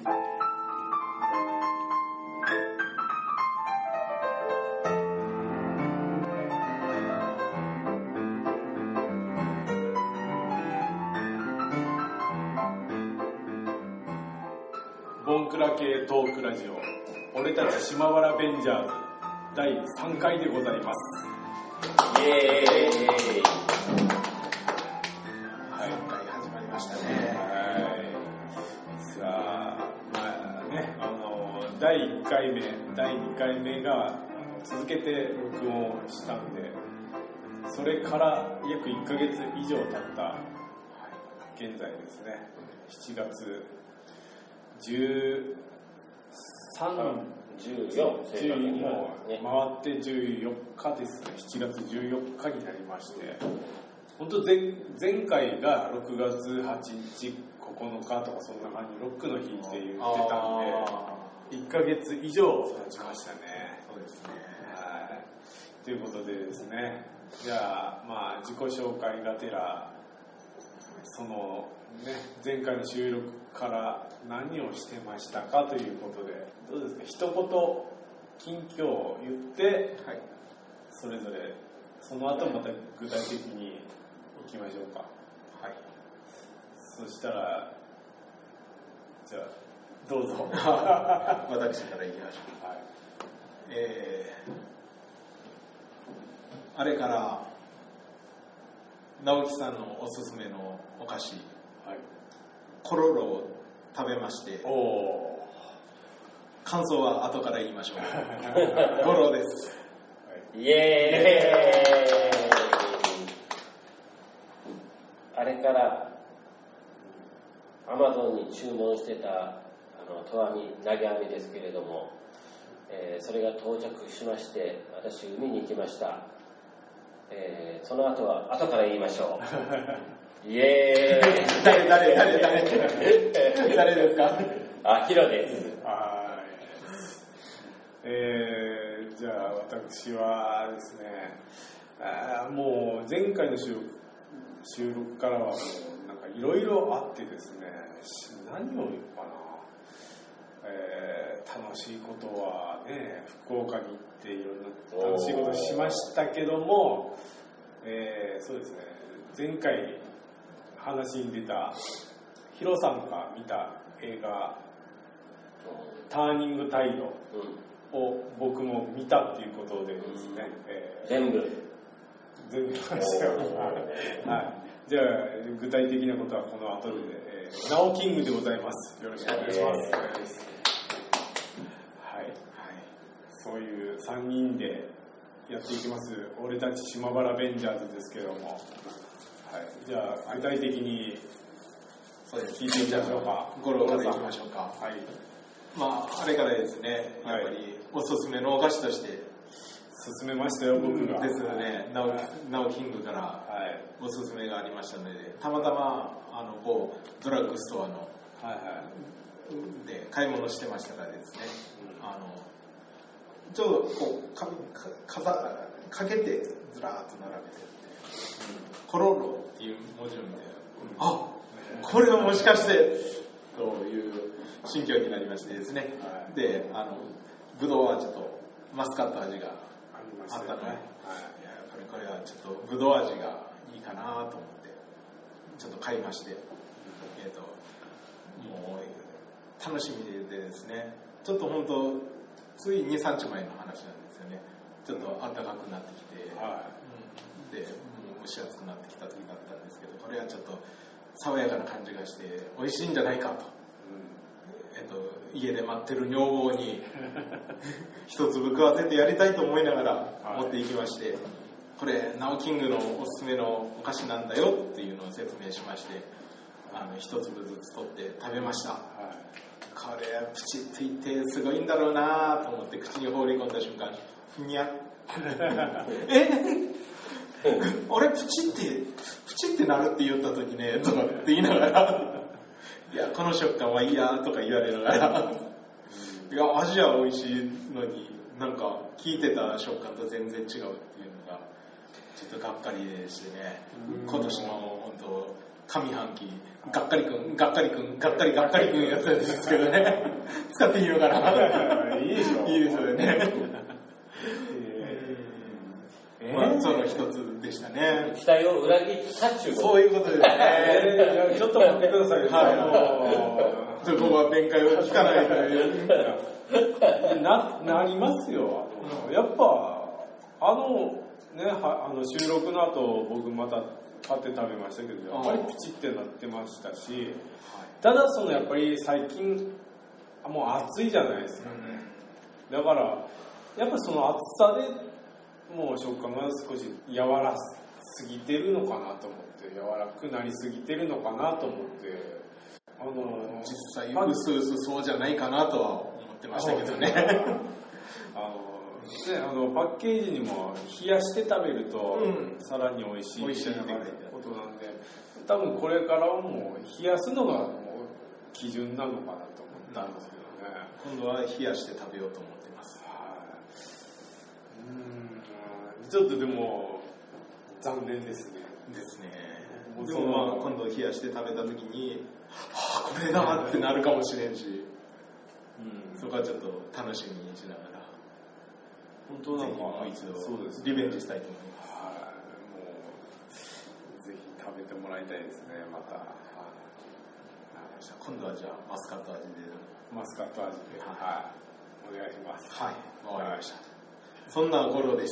ボンクラ系トークラジオ、俺たち島原ベンジャーズ第3回でございます。 イエーイ。 はい、 3回始まりましたね。 はい。さあ、まあね、第1回目、第2回目が続けて録音したんで、それから約1ヶ月以上経った現在ですね、7月13、14もう回って14日ですね。7月14日になりまして、本当 前回が6月8日9日とかそんな感じ、ロックの日って言ってたんで1ヶ月以上経ちましたね。 そうですね。 はい。ということでですね、じゃあまあ自己紹介がてら、そのね、前回の収録から何をしてましたかということで、どうですか、一言近況を言って、はい、それぞれその後また具体的にいきましょうか。はい。そしたらじゃあどうぞ。 私からいきましょう。はい。あれから直樹さんのおすすめのお菓子、はい、コロロを食べまして、感想は後から言いましょう。ゴロです。 イエーイ。あれからアマゾンに注文してた投網投げ網ですけれども、それが到着しまして、私海に行きました。その後は後から言いましょう。イエーイ。 誰ですか？ ヒロです。 はい。じゃあ私はですね、もう前回の収録からはもうなんかいろいろあってですね、何を言うかな、楽しいことはね、福岡に行っていろんな楽しいことをしましたけども、そうですね、前回話に出たヒロさんが見た映画ターニングタイドを僕も見たっていうことでですね、 全部見ましたよ。はい。じゃあ具体的なことはこの後で、ナオキングでございます。よろしくお願いします。はい。そういう3人でやっていきます。俺たち島原ベンジャーズですけども、はい。じゃあ具体的に聞いていきましょうか。 ゴロからいきましょうか。はい。まああれからですね、やっぱりおすすめのお菓子として勧めましたよ、僕が。 ですよね。ナオキングからおすすめがありましたので、たまたま某ドラッグストアの、で買い物してましたからですね、ちょうどこうかけてずらーっと並べて、コロロっていう文字を見て、これはもしかしてという心境になりましてですね、でブドウ味とマスカット味があったので、やっぱりこれはちょっとブドウ味がいいかなと思ってちょっと買いまして、もう楽しみでですね、ちょっと本当つい 2,3 日前の話なんですよね。ちょっと暖かくなってきて、でもう蒸し暑くなってきた時だったんですけど、これはちょっと爽やかな感じがして美味しいんじゃないかと、家で待ってる女房に一粒食わせてやりたいと思いながら持っていきまして、これナオキングのおすすめのお菓子なんだよっていうのを説明しまして、一粒ずつ取って食べました。これプチッといってすごいんだろうなと思って口に放り込んだ瞬間、ふにゃ俺プチってなるって言った時ねとかって言いながらいやこの食感はいいやとか言われながらいや味は美味しいのになんか聞いてた食感と全然違うっていうのがちょっとがっかりでしてね、今年の本当上半期がっかりくんがっかりくんがっかりがっかりくんやったんですけどね使っていいのかな。 いいでしょ。 いいですよね。まあその一つでしたね。 期待を裏切ったっちゅうこと。 そういうことですね。 ちょっと待ってください。 はい。そこは弁解を聞かないという。 なりますよ。やっぱ収録の後僕また買って食べましたけど、やっぱりプチってなってましたし、ただやっぱり最近もう暑いじゃないですかね。だからやっぱその暑さでもう食感が少し柔らすぎてるのかなと思って、柔らくなりすぎてるのかなと思って、 実際うすうすそうじゃないかなとは思ってましたけどね。 パッケージにも冷やして食べるとさらに美味しいみたいなことなんで、多分これからはもう冷やすのがもう基準なのかなと思ったんですけどね。 今度は冷やして食べようと思ってます。 ちょっとでも残念ですね。 ですね。でも今度冷やして食べた時にこれだってなるかもしれんし、そこはちょっと楽しみにしながら。 本当なんかもう一度そうです、 リベンジしたいと思います。 もうぜひ食べてもらいたいですね。また。 今度はじゃあマスカット味で。 マスカット味で。はい。お願いします。 はい。わかりました。そんな頃でした。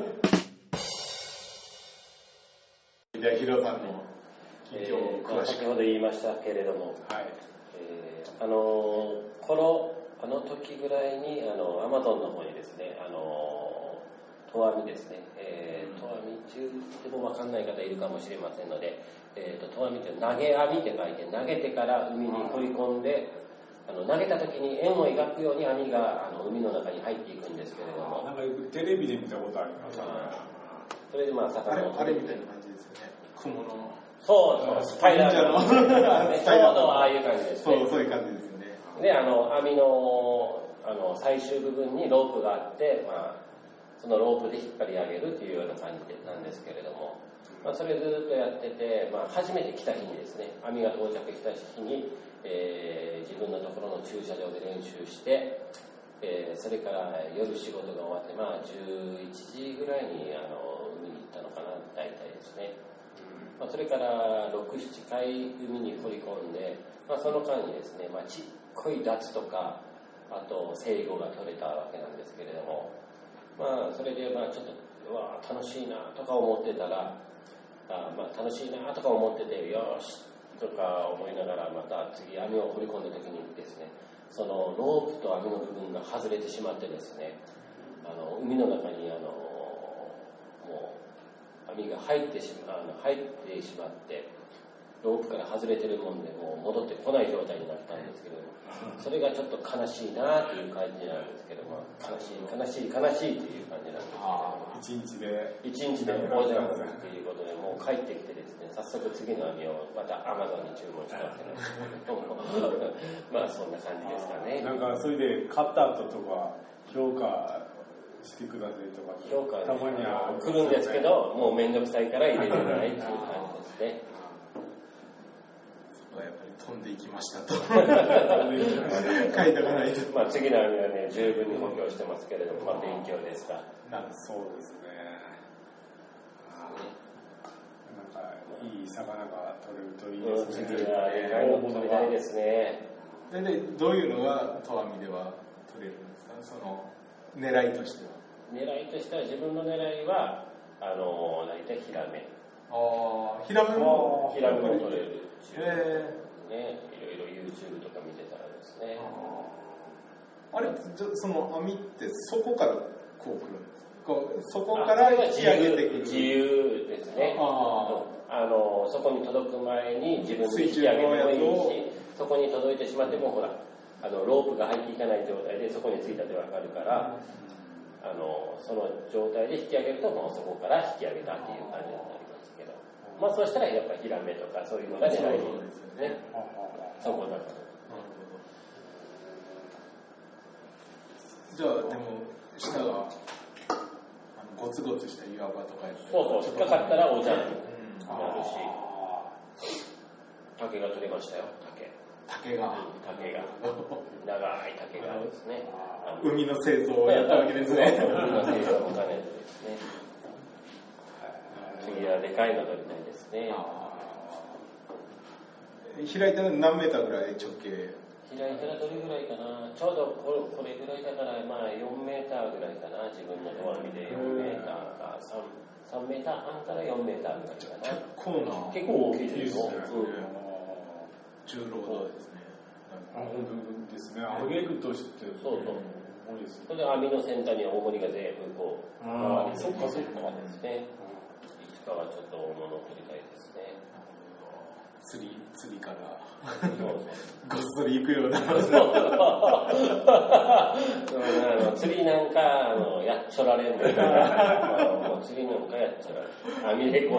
じゃあヒロさんの近況を詳しく。 先ほど言いましたけれども、 はい。 あの時ぐらいにアマゾンの方にですね、投網ですね、投網中でも分かんない方いるかもしれませんので、投網という投げ網って書いて、投げてから海に放り込んで、投げた時に円を描くように網が海の中に入っていくんですけれども、 なんかよくテレビで見たことあります、 それで魚をあれみたいな感じですよね。雲のそうスパイダーのちょうどああいう感じですね。 そういう感じですよね。 で網の最終部分にロープがあって、そのロープで引っ張り上げるというような感じなんですけれども、それずっとやってて、初めて来た日にですね、網が到着した日に、自分のところの駐車場で練習して、それから夜仕事が終わって、11時ぐらいに海に行ったのかな、大体ですね。それから6、7回海に放り込んで、その間にですね、ちっこいダツとか、あとセイゴが取れたわけなんですけれども、それでちょっと楽しいなとか思ってたら、楽しいなとか思ってて、よしとか思いながら、また次網を放り込んだ時にですね、そのロープと網の部分が外れてしまってですね、海の中にもう網が入ってしまってロープから外れてるもんでもう戻ってこない状態になったんですけども、それがちょっと悲しいなという感じなんですけども、悲しいという感じなんですけども、 一日でおじゃんということでもう帰ってきてですね、早速次の網をまたアマゾンに注文したわけなんですけどもそんな感じですかね。 なんかそれで買った後とか評価してくださいとか評価たまには来るんですけど、もうめんどくさいから入れてないっていう感じですね。 やっぱり飛んでいきましたと書いておかないと。 次の網はね、十分に補強してますけれども、勉強ですが。 そうですね。なんかいい魚が取れるといいですね。 次は意外と取りたいですね。 大体どういうのが投網では取れるんですか、その狙いとしては。 狙いとしては、自分の狙いは大体ヒラメ。 ヒラメも取れる。ね、いろいろ YouTube とか見てたらですね。 あれ、その網ってそこからこう来るんですか。そこから引き上げてくる。 自由ですね。そこに届く前に自分で引き上げてもいいし、そこに届いてしまってもほらロープが入っていかない状態でそこについたってわかるから、その状態で引き上げるともうそこから引き上げたっていう感じになりますけど、そうしたらやっぱりヒラメとかそういうのが狙いですよね。そこだから。 じゃあでも下がゴツゴツした岩場とかやって、 そう引っかかったらおじゃんになるし。 竹が取れましたよ。 竹が長い竹がですね。 海の製造をやったわけですね。 海の製造も兼ねてですね。次はでかいの取りたいですね。 開いたら何メーターぐらい直径？ 開いたらどれぐらいかな。ちょうどこれぐらいだから、まあ4メーターぐらいかな。自分のドア見で4メーターか3メーター半から4メーターぐらいかな。結構大きいですよ。 重労働ですね。 本当ですね。上げるとして、 そう。それで網の先端に重りが全部こう回りそっかですね。いつかはちょっと大物を取りたいですね。 釣りからごっそり行くような釣りなんかやっちょられんでもう釣りなんかやっちょられん網でこう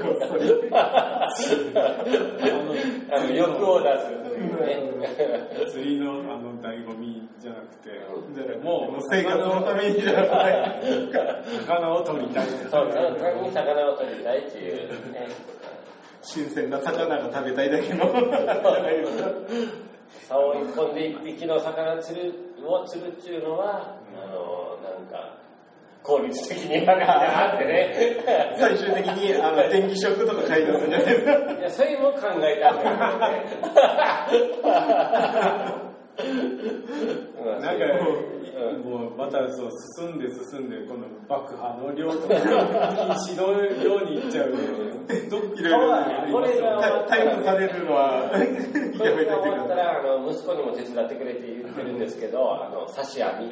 欲を出す釣りの醍醐味じゃなくてもう生活のためにじゃない魚を取りたいそう魚を取りたいっていうね新鮮な魚が食べたいだけの竿を一本で一匹の魚を釣るっていうのは、なんか効率的になってね最終的に電気ショックとか書いてますんじゃないですか。 いやそれも考えたんだけどねなんかもうまたそう進んで今度爆破の量とか禁止の量にいっちゃういろいろ逮捕されるのはこれが終わったら息子にも手伝ってくれって言ってるんですけど刺し網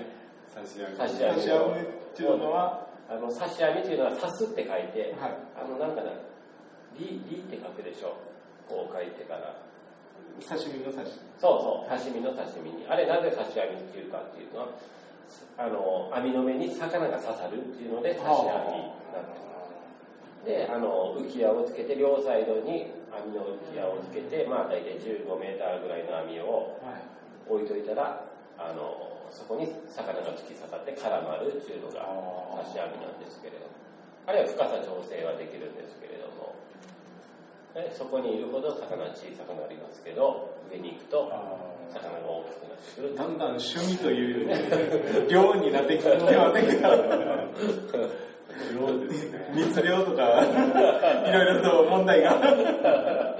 っていうのは刺し網っていうのは刺すって書いて、はい、なんかねリって書くでしょこう書いてから刺身の刺身そう刺身の刺身にあれなぜ刺し網っていうかっていうのは網の目に魚が刺さるっていうので刺し網になってで浮き輪をつけて両サイドに網の浮き輪をつけてまあ大体15メーターぐらいの網を置いといたらそこに魚が突き刺さって絡まるっていうのが刺し網なんですけれどもあるいは深さ調整はできるんですけれどもそこにいるほど魚は小さくなりますけど上に行くと魚が大きくなってくるだんだん趣味という量になってきてませんか量ですね密漁とかいろいろと問題がそれが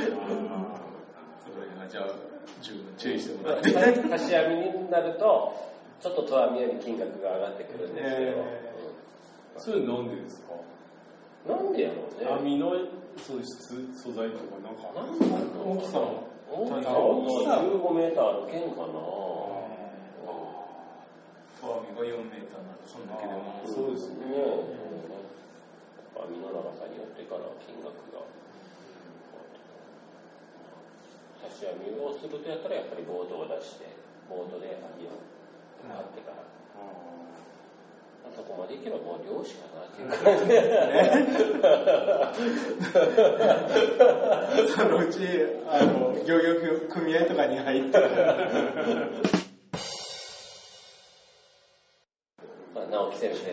じゃあ十分注意してもらって刺し網になるとちょっと投網より金額が上がってくるんですけど、 それなんでですかなんでやろうね網の素材とかなんか大きさ 15メーターあるけんかな投網が4メーターならそんだけでもそうですね網の長さによってから金額が刺し網をするとやったらやっぱりボートを出してボートで網を張ってから、そこまで行けばもう漁師かなっていう感じでそのうち漁業組合とかに入ったら直樹先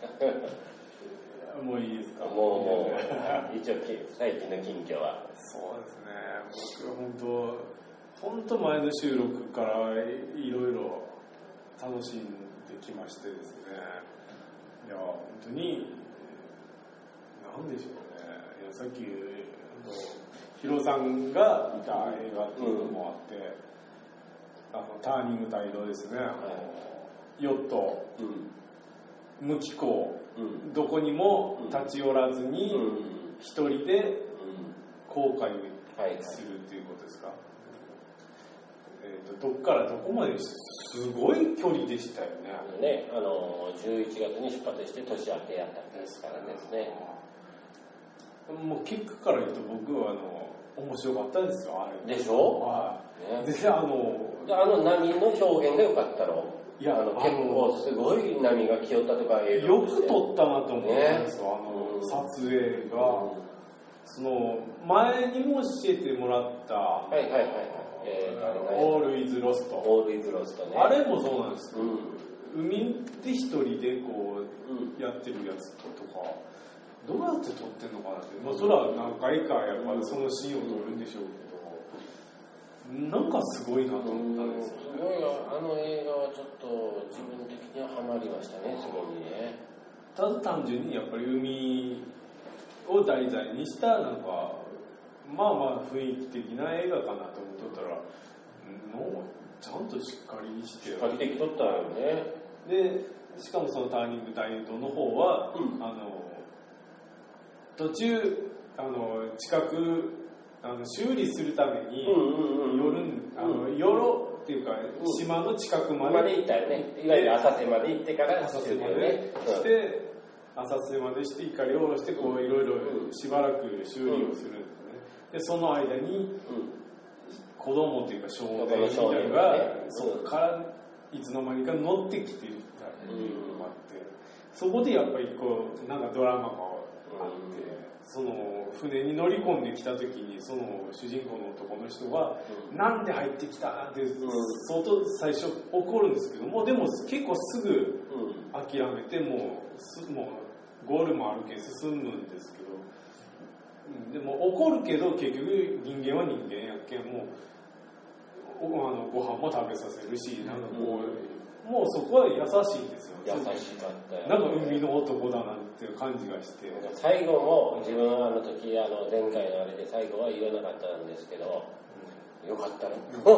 生もういいですかもう一応最近の近況はそうですね僕本当前の収録からいろいろ楽しんできましてですねいや本当に何でしょうねいやさっきヒロさんが見た映画っていうのもあって、ターニングタイドですねヨット、無機港、どこにも立ち寄らずに一人で航海するっていうことですか、どっからどこまですごい距離でしたよね。 11月に出発して年明けやったんですからですね。 もう結果から言うと僕は面白かったですよあれ。 でしょ。 はい。 ね、 で波の表現が良かったろ。 いや結構すごい波が来よったとかよく撮ったなと思ったんですよ、撮影が、前にも教えてもらったオールイズロストね、 あれもそうなんですよ、海で一人でこうやってるやつとかどうやって撮ってんのかなって、それは何回かやっぱそのシーンを撮るんでしょうけど、 なんかすごいなと思ったんですよ、ね、 すごいあの映画はちょっと自分的にはハマりましたね、すごいね。 ただ単純にやっぱり海を題材にしたなんかまあまあ雰囲気的な映画かなと思っとったら、もうちゃんとしっかりしてしっかりできとったよね。 でしかもそのターニングダイエットの方は、途中近く修理するために夜っていうか島の近くまで行ったよね。いわゆる浅瀬まで行ってから浅瀬までして、浅瀬までして怒りを下ろしてこういろいろしばらく修理をするんですね。でその間に子供というか少年みたいなのがそこからいつの間にか乗ってきてるっていうのがあって、そこでやっぱりこうなんかドラマがあって、その船に乗り込んできた時にその主人公の男の人がなんで入ってきたって相当最初怒るんですけども、でも結構すぐ諦めてもうゴールもあるけん進むんですけど、でも怒るけど結局人間は人間やけんもうご飯も食べさせるし、なんかこう、もうそこは優しいんですよ。 優しかったよ、ね、 なんか海の男だなっていう感じがして、 最後も自分は時前回のあれで最後は言わなかったんですけど、よかったね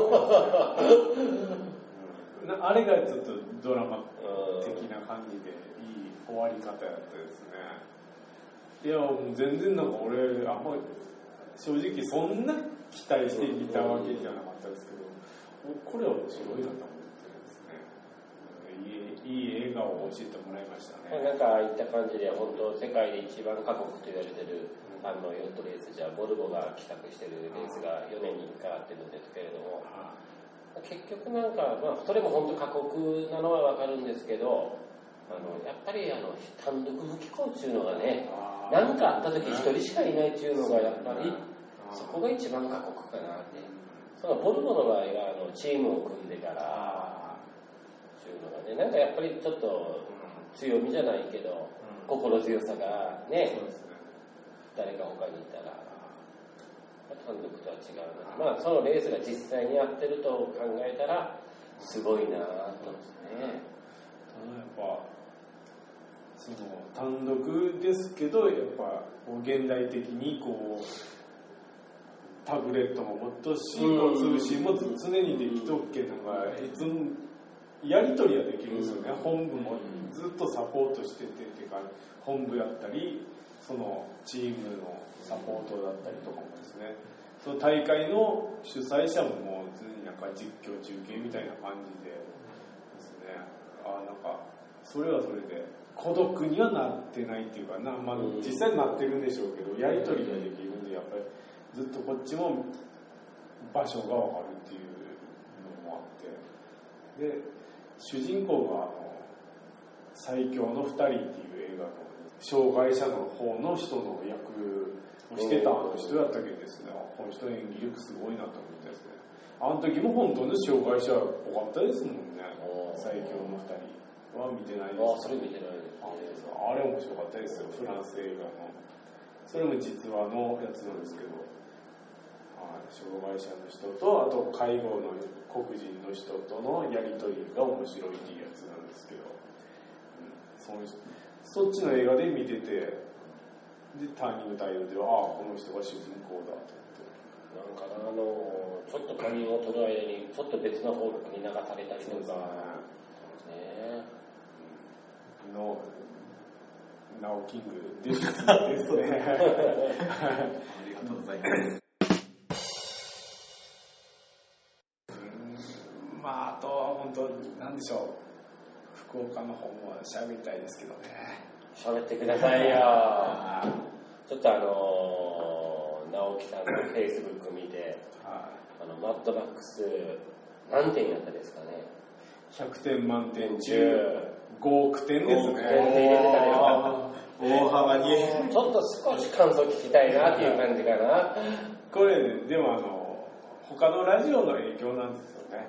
あれがちょっとドラマ的な感じでいい終わり方やったですね。いやもう全然なんか俺あんま正直そんな期待して見たわけじゃなかったですけど、これは面白いなと思ってですね、いい映画を教えてもらいましたね。 なんかああいった感じで本当世界で一番過酷と言われてるヨットレースじゃボルボが企画してるレースが4年に1回あってるんですけれども、結局なんか、それも本当過酷なのは分かるんですけど、やっぱり単独無寄港っていうのがね、何かあった時一人しかいないっていうのがやっぱりそこが一番過酷かなって。そのボルボの場合はチームを組んでからっていうのがね、なんかやっぱりちょっと強みじゃないけど、心強さがね、誰か他にいたら単独とは違うな。そのレースが実際にやってると考えたらすごいなと思うんですね。 やっぱその単独ですけど、やっぱ現代的にこうタブレットも持っとし、通信も常にできとっけんのがいつもやり取りはできるんですよね。本部もずっとサポートしててっていうか、本部やったりそのチームのサポートだったりとかもですね、その大会の主催者ももう常になんか実況中継みたいな感じでですね、なんかそれはそれで孤独にはなってないっていうかな、実際になってるんでしょうけど、やり取りができるんでやっぱりずっとこっちも場所が分かるっていうのもあって、で主人公が最強の2人っていう映画の障害者の方の人の役をしてた人やったけどですね、この人演技力すごいなと思ってですね、あの時も本当に障害者っぽかったですもんね。最強の2人は見てないです。 それ見てないです。 あれ面白かったですよ、フランス映画の。それも実話のやつなんですけど、障害者の人とあと介護の黒人の人とのやり取りが面白いっていうやつなんですけど、そっちの映画で見てて、でターニングタイムではこの人が主人公だと思って、なんかちょっと仮眠を取る間にちょっと別の方に流されたりとかね、 ナオキングですねありがとうございます。あとは本当なんでしょう、福岡の方も喋りたいですけどね。 喋ってくださいよちょっと直樹さんのフェイスブック見て、マッドマックス何点やったですかね。 100点満点中5億点ですね。5億点で入れてたよ大幅にちょっと少し感想聞きたいなっていう感じかなこれでも他のラジオの影響なんですよね。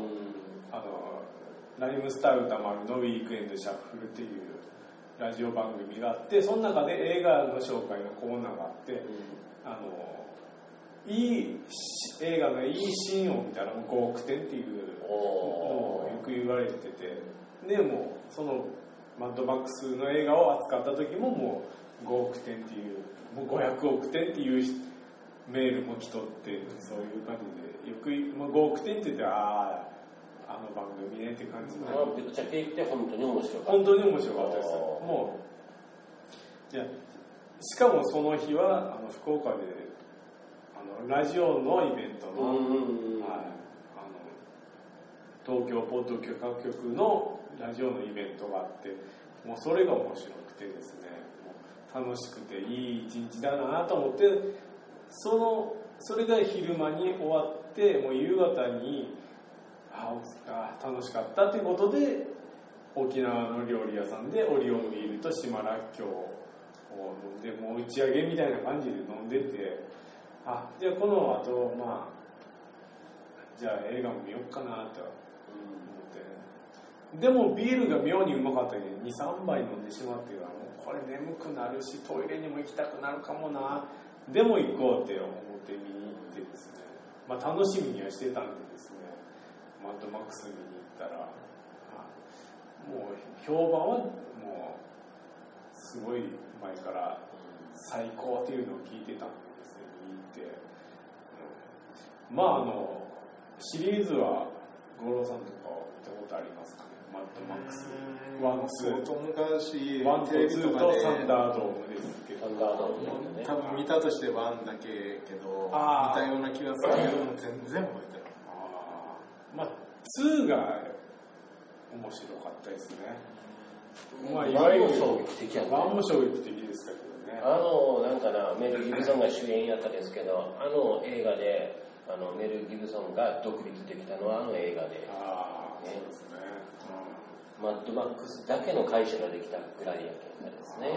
ライムスター歌丸のウィークエンドシャッフルっていうラジオ番組があって、その中で映画の紹介のコーナーがあって、 いい映画のいいシーンを見たら5億点っていうのをよく言われてて、でもそのマッドマックスの映画を扱った時ももう5億点っていう、もう500億点っていうメールも来とって、そういう感じでよく5億点って言ってあの番組ねって感じで、 ぶっちゃけ言って本当に面白かった。 本当に面白かったです。もういや、しかもその日は福岡でラジオのイベントの、東京ポッド許可局のラジオのイベントがあって、もうそれが面白くてですね、もう楽しくていい一日だなと思って、それが昼間に終わって、もう夕方に楽しかったということで、沖縄の料理屋さんでオリオンビールと島らっきょうを飲んで、もう打ち上げみたいな感じで飲んでて、じゃあこの後じゃあ映画も見ようかなと思って、でもビールが妙にうまかったけど 2,3 杯飲んでしまってから、もうこれ眠くなるしトイレにも行きたくなるかもな、でも行こうって思って見に行ってですね、楽しみにはしてたんでですね、マッドマックス見に行ったら、もう評判はもうすごい前から最高っていうのを聞いてたんでですね、見に行って、シリーズは五郎さんとか見たことありますかね。マッドマックス1、2、 昔 1と2とサンダードームですけど、 多分見たとして1だけけど、見たような気がするけど全然覚えてない。 2が面白かったですね。 いわゆる衝撃的やね。 1も衝撃的でしたけどね。 なんかな、メル・ギブソンが主演やったんですけど、映画でメル・ギブソンが独立できたのは映画で、 そうですね。 マッドマックスだけの会社ができたぐらいやけんですね。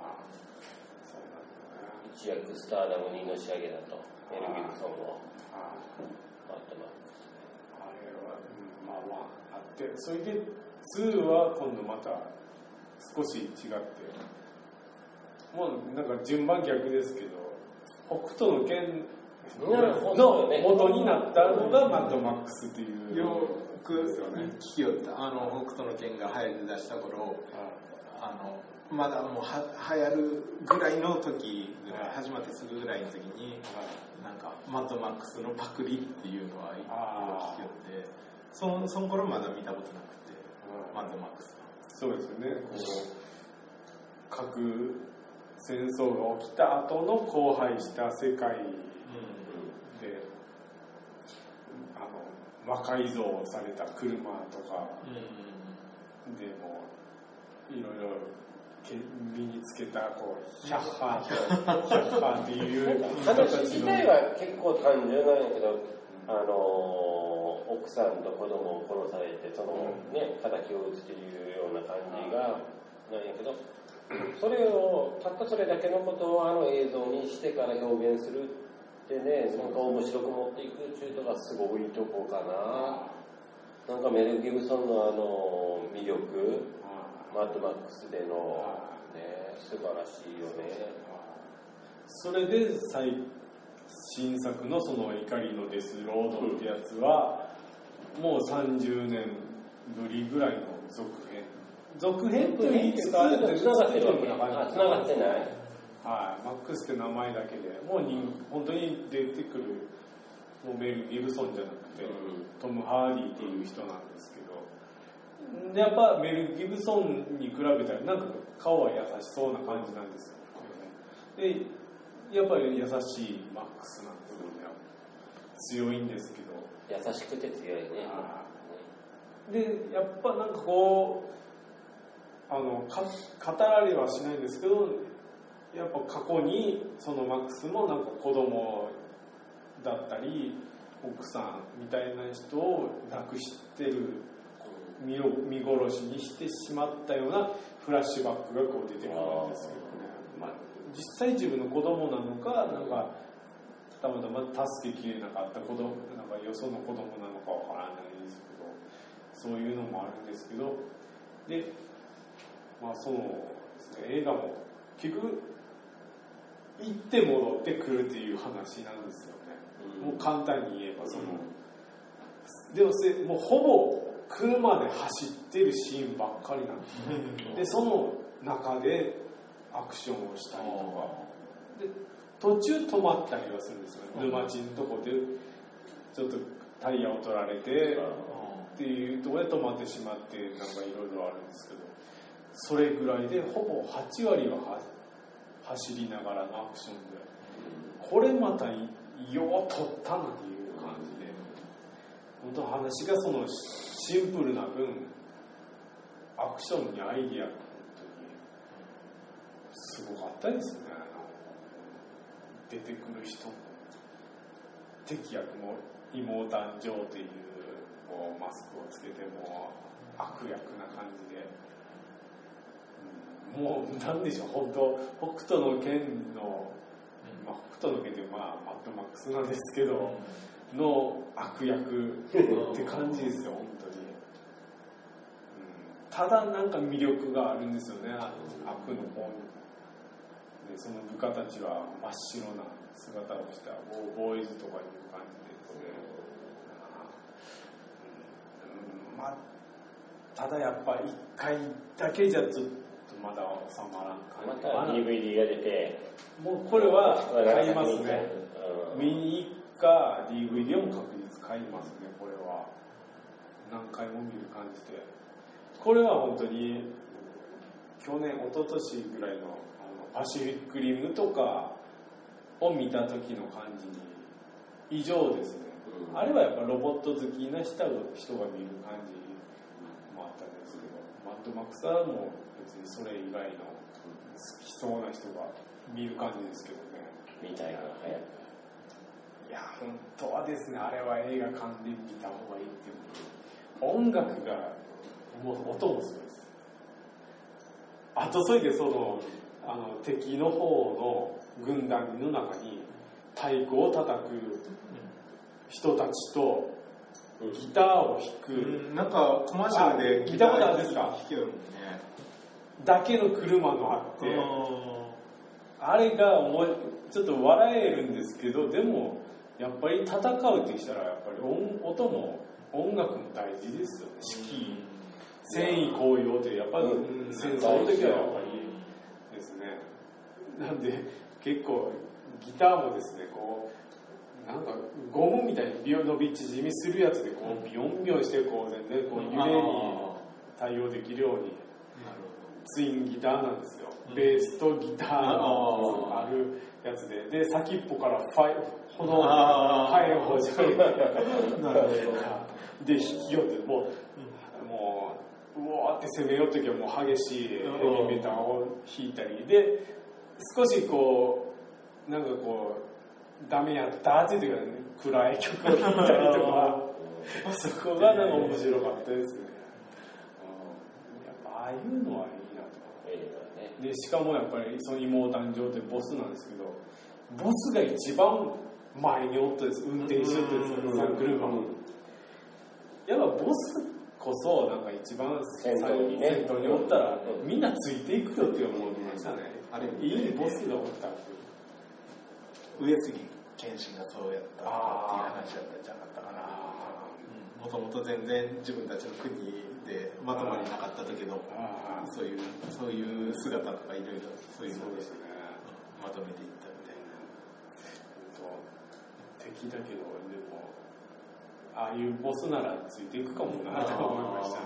一躍スターダムにのし上げたと、メル・ギブソンを。マッドマックス。 あれは、あって、それで2は今度また少し違って、もうなんか順番逆ですけど、北斗の拳の元になったのがマッドマックスっていう。 よく聞きよった。北斗の拳が流行り出した頃、まだもう流行るぐらいの時ぐらい、始まってすぐぐらいの時に、なんかマッドマックスのパクリっていうのは聞きよって、その頃まだ見たことなくて、マッドマックスは。 そうですよね。核戦争が起きた後の荒廃した世界で、魔改造された車とかでもいろいろ身につけたヒャッハーっていう話自体は結構単純なんやけど、奥さんと子供を殺されてそのね敵を撃つというような感じがなんやけど、それをたったそれだけのことを映像にしてから表現するってね、なんか面白く持っていくっていうのがすごいとこかな。なんかメル・ギブソンの魅力、マッドマックスでのね、素晴らしいよね。 それで新作のその怒りのデスロードってやつは、もう30年ぶりぐらいの続編と言いつつ繋がってるわけ。繋がってない。 マックスって名前だけでもう本当に出てくるもうメル・ギブソンじゃなくて、トム・ハーディっていう人なんですけど、でやっぱメル・ギブソンに比べたらなんか顔は優しそうな感じなんですよね。でやっぱり優しいマックスなんですよね。強いんですけど、 優しくて強いね。 でやっぱなんか語られはしないんですけど、やっぱ過去にそのマックスもなんか子供だったり奥さんみたいな人を亡くしてる、見殺しにしてしまったようなフラッシュバックが出てくるんですけどね。実際自分の子供なのか、なんかたまたま助けきれなかった子供、なんかよその子供なのかわからないですけど、そういうのもあるんですけど、でそのですね、映画も結局行って戻ってくるっていう話なんですよね。 もう簡単に言えばでももうほぼ車で走ってるシーンばっかりなんですでその中でアクションをしたりとかで途中止まったりはするんですよね。沼地のとこでちょっとタイヤを取られてっていうところで止まってしまってなんかいろいろあるんですけどそれぐらいでほぼ8割は走りながらのアクションでこれまたよう取ったなっていう感じで本当話がそのシンプルな分アクションにアイディアが本当にすごかったですね。出てくる人も敵役も妹誕生というマスクをつけても悪役な感じでもう何でしょう本当北斗の拳の、北斗の拳ってマッドマックスなんですけどの悪役って感じですよ本当に、ただなんか魅力があるんですよね悪の方にでその部下たちは真っ白な姿をしたボーイズとかいう感じですね、ただやっぱ1回だけじゃちょっとまだ収まらん感じまた DVD が出てもうこれは買いますね見に行くか DVD も確実買いますねこれは何回も見る感じでこれは本当に去年一昨年ぐらいのパシフィックリムとかを見た時の感じに異常ですね、あれはやっぱロボット好きな人が見る感じもあったんですけどマッドマックスはもう別にそれ以外の好きそうな人が見る感じですけどねみたいな早くいや本当はですねあれは映画館で見た方がいいっていう音楽がもう音もすごいですあとそれでその敵の方の軍団の中に太鼓を叩く人たちとギターを弾く、 なんかコマーシャルでギター弾ですか弾けるもんねだけの車のあってあれがもうちょっと笑えるんですけどでもやっぱり戦うってしたらやっぱり音も音楽も大事ですよね指揮戦意高揚ってやっぱり戦争の時はやっぱりですねなんで結構ギターもですねこうなんかゴムみたいに伸び縮みするやつでこうビヨンビヨンしてこう全然こう揺れに対応できるようにツインギターなんですよベースとギターのあるやつで先っぽから炎の火炎放射で引き寄ってもううわーって攻めようときはもう激しいヘビメタを弾いたりで少しこうなんかこうダメやったっていうか、ね、暗い曲を弾いたりとかそこがなんか面白かったですね、やっぱああいうのはいいなとでしかもやっぱりその妹誕生ってボスなんですけどボスが一番前におったです運転してって車もやっぱボスこそなんか一番先頭におったらみんなついていくよって思いましたねあれいいボスがおった上杉謙信がそうやったっていう話だったんじゃなかったかなもともと全然自分たちの国でまとまりなかったけどそういう姿とかいろいろそういうのでまとめていったみたいな敵だけどでもああいうボスならついていくかもなと思いました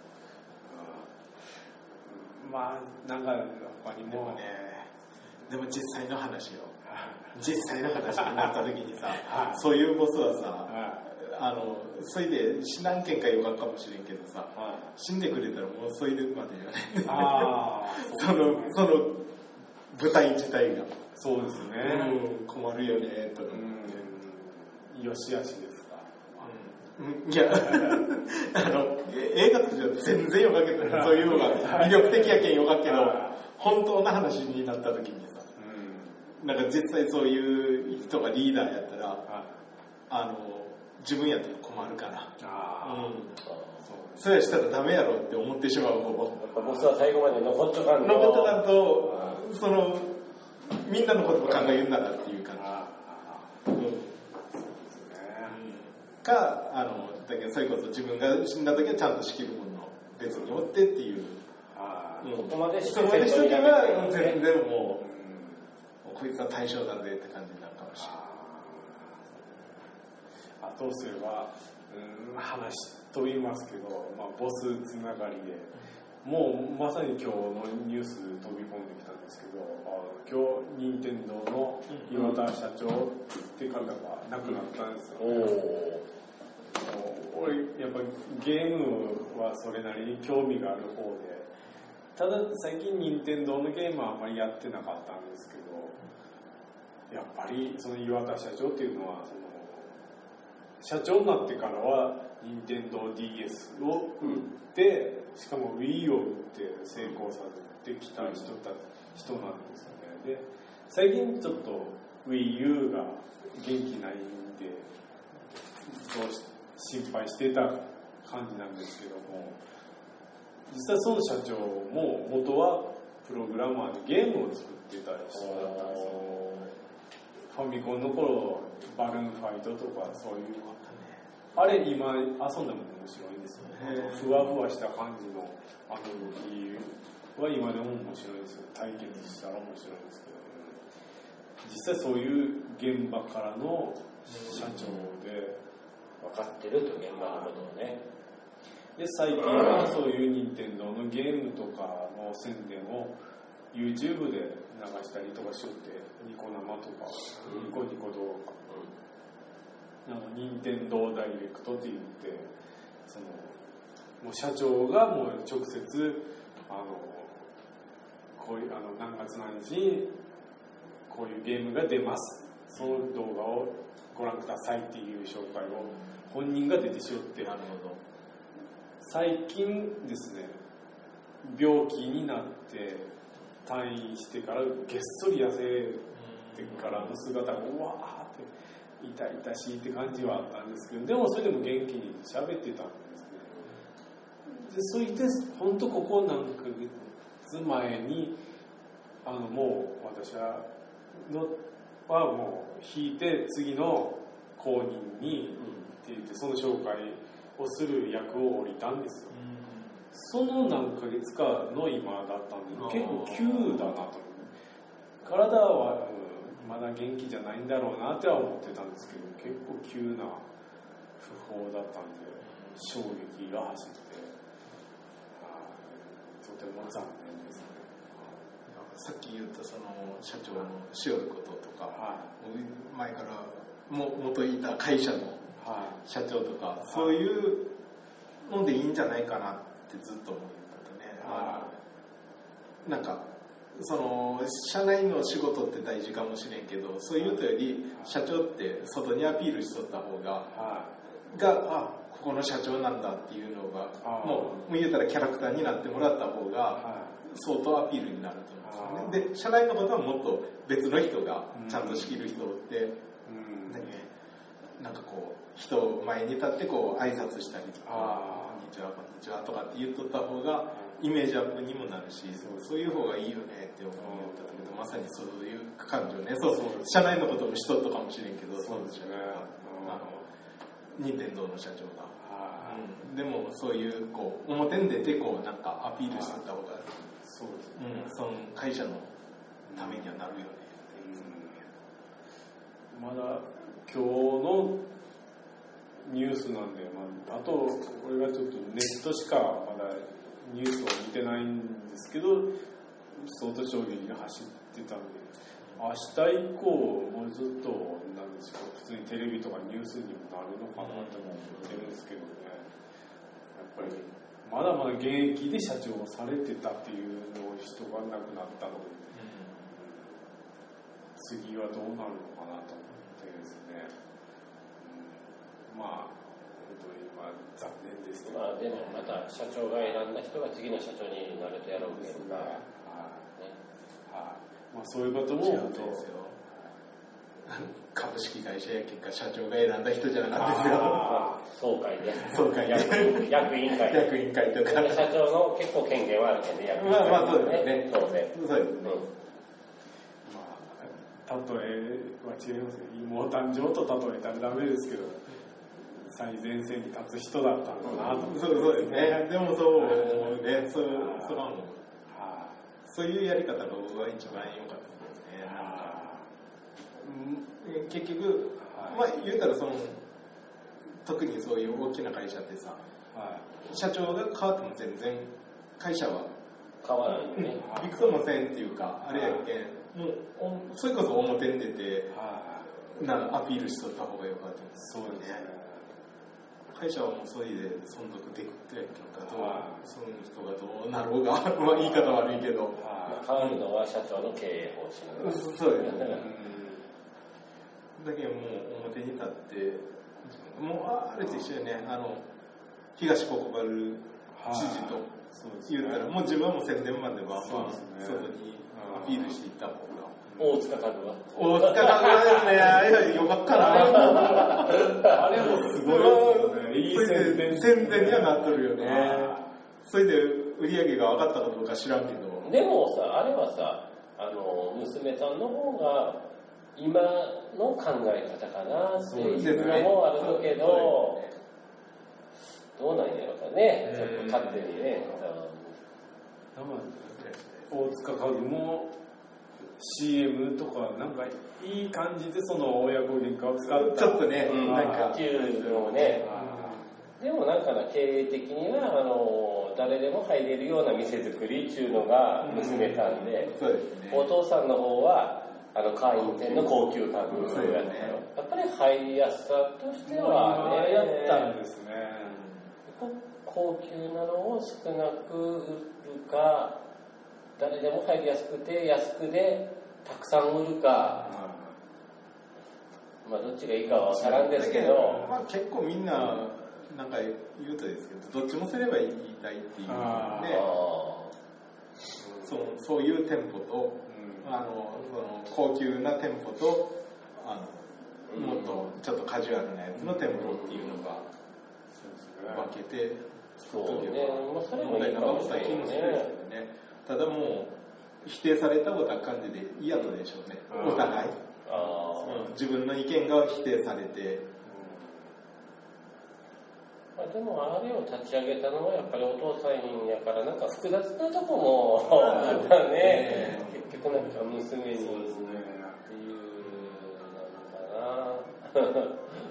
まあなんか他にもでも実際の話になった時にさそういうボスはさそれで死なんけんかよかんかもしれんけどさ死んでくれたらもうそれでまでじゃないその舞台自体がそうですね、 困るよねとかよしあしですか、 いや映画としては全然よかけどそういうのが魅力的やけんよかけど本当の話になった時にさ、なんか実際そういう人がリーダーやったら、自分やったら困るから、そうやしたらダメやろって思ってしまう方ボスは最後まで残っとかんとみんなのことを考えるならっていうかな、 かだけどそれこそ自分が死んだ時はちゃんと仕切るものを別に追ってっていう、 そこまでしとけば全然もう、こいつは対象だぜって感じになるかもしれない。 どうすれば、話と言いますけど、ボスつながりでもうまさに今日のニュース飛び込んできたんですけど、今日任天堂の岩田社長って方が亡くなったんですよね。俺やっぱゲームはそれなりに興味がある方で、ただ最近任天堂のゲームはあんまりやってなかったんですけど、やっぱりその岩田社長っていうのは社長になってからは任天堂 DS を売って、しかも Wii を売って成功させてきた人なんですよね。で最近ちょっと Wii U が元気ないんで心配してた感じなんですけども、実際その社長も元はプログラマーでゲームを作ってた人だったんですよ。ファミコンの頃バルーンファイトとかそういうあれ今遊んでも面白いんですよね。ふわふわした感じの動きは今でも面白いですよ。体験したら面白いんですけど、実際そういう現場からの社長で分かってると現場のことをね。 で最近はそういう任天堂のゲームとかの宣伝を YouTube で流したりとかしよって、ニコ生とかニコニコ動画、任天堂ダイレクトって言って、もう社長がもう直接こういう何月何日にこういうゲームが出ます、その動画をご覧くださいっていう紹介を本人が出てしよって、最近ですね、病気になって退院してからげっそり痩せてからの姿がうわーって痛々しいって感じはあったんですけど、でもそれでも元気に喋ってたんですね。でそう言って本当ここ何ヶ月前にもう私はもう引いて次の後任にって言ってその紹介をする役を降りたんですよ。その何ヶ月かの今だったんで結構急だなと。体は、まだ元気じゃないんだろうなっては思ってたんですけど、結構急な訃報だったんで衝撃が走って、とても残念ですね。 さっき言ったその社長のしよることとか、前から元いた会社の社長とか、そういうのでいいんじゃないかなってずっと思ってたね。なんかその社内の仕事って大事かもしれんけど、そういうとより社長って外にアピールしとった方が、ここの社長なんだっていうのがもう言うたらキャラクターになってもらった方が相当アピールになると思うんですよね。で社内のことはもっと別の人がちゃんと仕切る人って、なんかこう人を前に立ってこう挨拶したりとか、こんにちはこんにちはとかって言っとった方がイメージアップにもなるし、そういう方がいいよねって思ったけど、まさにそういう感情ね。そう社内のこともしとったかもしれんけど、そうですよね。任天堂の社長が、でもそういうこう表に出てこうなんかアピールしてた方が、そうですね。その会社のためにはなるよね。 まだ今日のニュースなんで、あとこれがちょっとネットしかまだニュースを見てないんですけど、相当衝撃が走ってたんで、明日以降もうずっとなんでしょう、普通にテレビとかニュースにもなるのかなと思ってるんですけどね。やっぱりまだまだ現役で社長をされてたっていうのを人が亡くなったので、次はどうなるのかなと思ってですね。本当に残念ですけど、 でもまた社長が選んだ人が次の社長になるとやろうけど、 そういうことも株式会社や結果社長が選んだ人じゃなかったですよ。 総会で役員会とか社長の結構権限はあるけどね、役員会そうですね。 当然そうですね。 例えは違いますけど、妹誕生と例えたらダメですけど、 最前線に立つ人だったんだなと、 そうですね。でもそう思うね。それはもうそういうやり方が僕は一番良かったですね。結局、まあ言うたら特にそういう大きな会社ってさ、社長が変わっても全然会社は変わらないね。 びくともせんっていうか、あれやけん、もうそれこそ表に出て、アピールしとった方がよかったです。 そうですね。 会社はもうそれで存続できてるかどうその人がどうなろうが、まあ言い方悪いけど、 変わるのは社長の経営方針。 そうですね。だけどもう表に立って、もうあれと一緒にね、東国原知事と言ったら、もう自分はもう宣伝マンでバンバン外にアピールしていった方が。 大塚家具は大塚家具はですね、あれよかったな。 あれもすごいですね。いい宣伝にはなっとるよね。それで売り上げが上がったかどうか知らんけど。 でもさ、あれはさ、娘さんの方が今の考え方かなっていうのもあるけど、どうなんやろうかね、ちょっと勝手にね。 大塚家具も CM とかなんかいい感じでその親子喧嘩を使ったちょっとね、 なんかっていうのをね。でもなんか経営的には誰でも入れるような店作りっていうのが娘さんで、お父さんの方は会員店の高級家具やったよ。やっぱり入りやすさとしてはね、 やったんですね。 高級なのを少なく売るか、誰でも入りやすくて安くでたくさん売るか、まあどっちがいいかは分からんですけど、 まあ結構みんななんか言うとですけど、どっちもすれば言いたいっていうね、そういう店舗と、その高級な店舗ともっとちょっとカジュアルなやつの店舗っていうのが分けて作っとけば問題なかった気もするんですけどね。ただもう否定されたことは感じで嫌だでしょうね、お互い。自分の意見が否定されて、 でもあれを立ち上げたのはやっぱりお父さんやから、なんか複雑なとこもね、結局なんか娘にっていうなのかな。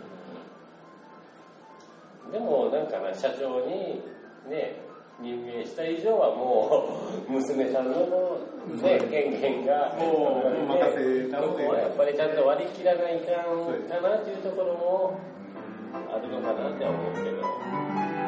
でもなんかな、社長にね任命した以上はもう娘さんの、ね、権限がもう任せたので、 やっぱりちゃんと割り切らないかんかなというところもあるのかなって思うけど。